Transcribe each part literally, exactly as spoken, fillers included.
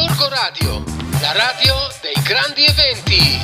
Gorgo Radio, la radio dei grandi eventi.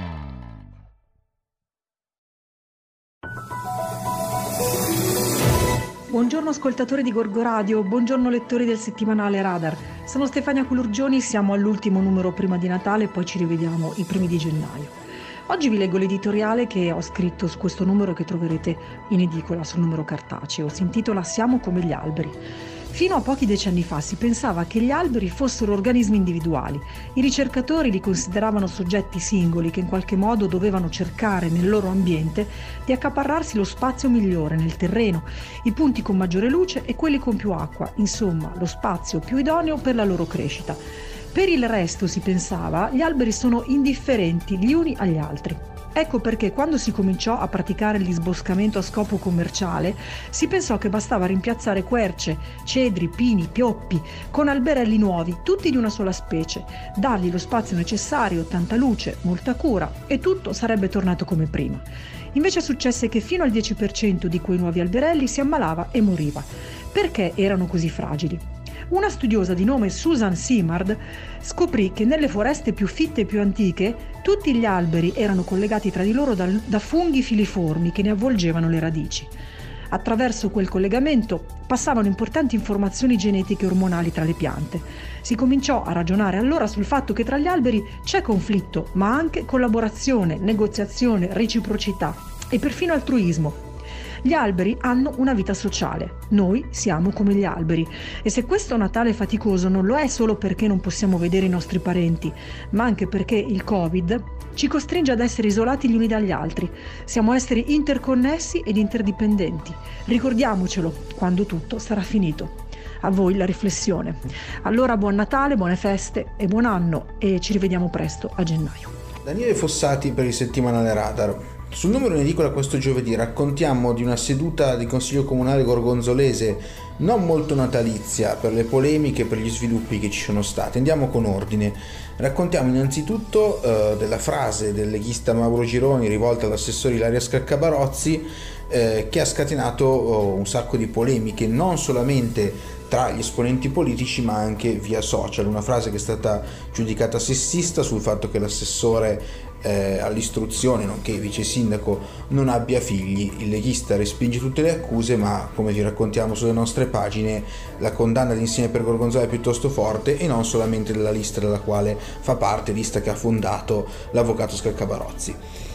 Buongiorno ascoltatori di Gorgo Radio, buongiorno lettori del settimanale Radar. Sono Stefania Culurgioni, siamo all'ultimo numero prima di Natale e poi ci rivediamo i primi di gennaio. Oggi vi leggo l'editoriale che ho scritto su questo numero che troverete in edicola sul numero cartaceo. Si intitola Siamo come gli alberi. Fino a pochi decenni fa si pensava che gli alberi fossero organismi individuali. I ricercatori li consideravano soggetti singoli che in qualche modo dovevano cercare nel loro ambiente di accaparrarsi lo spazio migliore nel terreno, i punti con maggiore luce e quelli con più acqua, insomma lo spazio più idoneo per la loro crescita. Per il resto, si pensava, gli alberi sono indifferenti gli uni agli altri. Ecco perché quando si cominciò a praticare il disboscamento a scopo commerciale, si pensò che bastava rimpiazzare querce, cedri, pini, pioppi, con alberelli nuovi, tutti di una sola specie, dargli lo spazio necessario, tanta luce, molta cura, e tutto sarebbe tornato come prima. Invece successe che fino al dieci per cento di quei nuovi alberelli si ammalava e moriva. Perché erano così fragili? Una studiosa di nome Susan Simard scoprì che nelle foreste più fitte e più antiche tutti gli alberi erano collegati tra di loro da, da funghi filiformi che ne avvolgevano le radici. Attraverso quel collegamento passavano importanti informazioni genetiche e ormonali tra le piante. Si cominciò a ragionare allora sul fatto che tra gli alberi c'è conflitto, ma anche collaborazione, negoziazione, reciprocità e perfino altruismo. Gli alberi hanno una vita sociale, noi siamo come gli alberi e se questo Natale faticoso non lo è solo perché non possiamo vedere i nostri parenti, ma anche perché il Covid ci costringe ad essere isolati gli uni dagli altri. Siamo esseri interconnessi ed interdipendenti. Ricordiamocelo quando tutto sarà finito. A voi la riflessione. Allora buon Natale, buone feste e buon anno e ci rivediamo presto a gennaio. Daniele Fossati per il settimanale Radar. Sul numero in edicola questo giovedì raccontiamo di una seduta di consiglio comunale gorgonzolese non molto natalizia per le polemiche e per gli sviluppi che ci sono stati. Andiamo con ordine. Raccontiamo innanzitutto eh, della frase del leghista Mauro Gironi rivolta all'assessore Ilaria Scaccabarozzi eh, che ha scatenato oh, un sacco di polemiche non solamente tra gli esponenti politici ma anche via social. Una frase che è stata giudicata sessista sul fatto che l'assessore Eh, all'istruzione nonché vice sindaco non abbia figli. Il leghista respinge tutte le accuse, ma come vi raccontiamo sulle nostre pagine la condanna di Insieme per Gorgonzola è piuttosto forte e non solamente della lista della quale fa parte, lista che ha fondato l'avvocato Scaccabarozzi.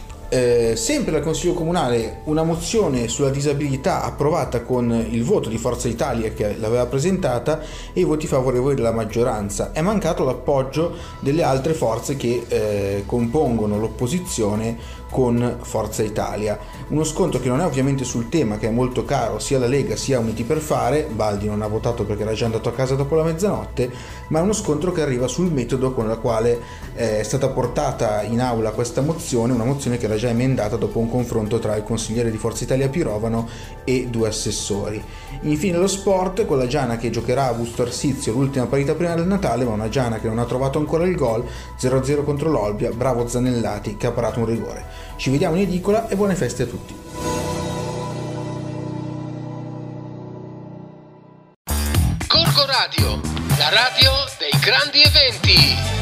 Eh, sempre al Consiglio Comunale una mozione sulla disabilità approvata con il voto di Forza Italia che l'aveva presentata e i voti favorevoli della maggioranza. È mancato l'appoggio delle altre forze che eh, compongono l'opposizione con Forza Italia. Uno scontro che non è ovviamente sul tema, che è molto caro sia alla Lega sia a Uniti per Fare. Baldi non ha votato perché era già andato a casa dopo la mezzanotte, ma è uno scontro che arriva sul metodo con la quale eh, è stata portata in aula questa mozione, una mozione che era già emendata dopo un confronto tra il consigliere di Forza Italia Pirovano e due assessori. Infine lo sport, con la Giana che giocherà a Busto Arsizio l'ultima partita prima del Natale, ma una Giana che non ha trovato ancora il gol. Zero a zero contro l'Olbia, bravo Zanellati che ha parato un rigore. Ci vediamo in edicola e buone feste a tutti. Gorgo Radio, la radio dei grandi eventi.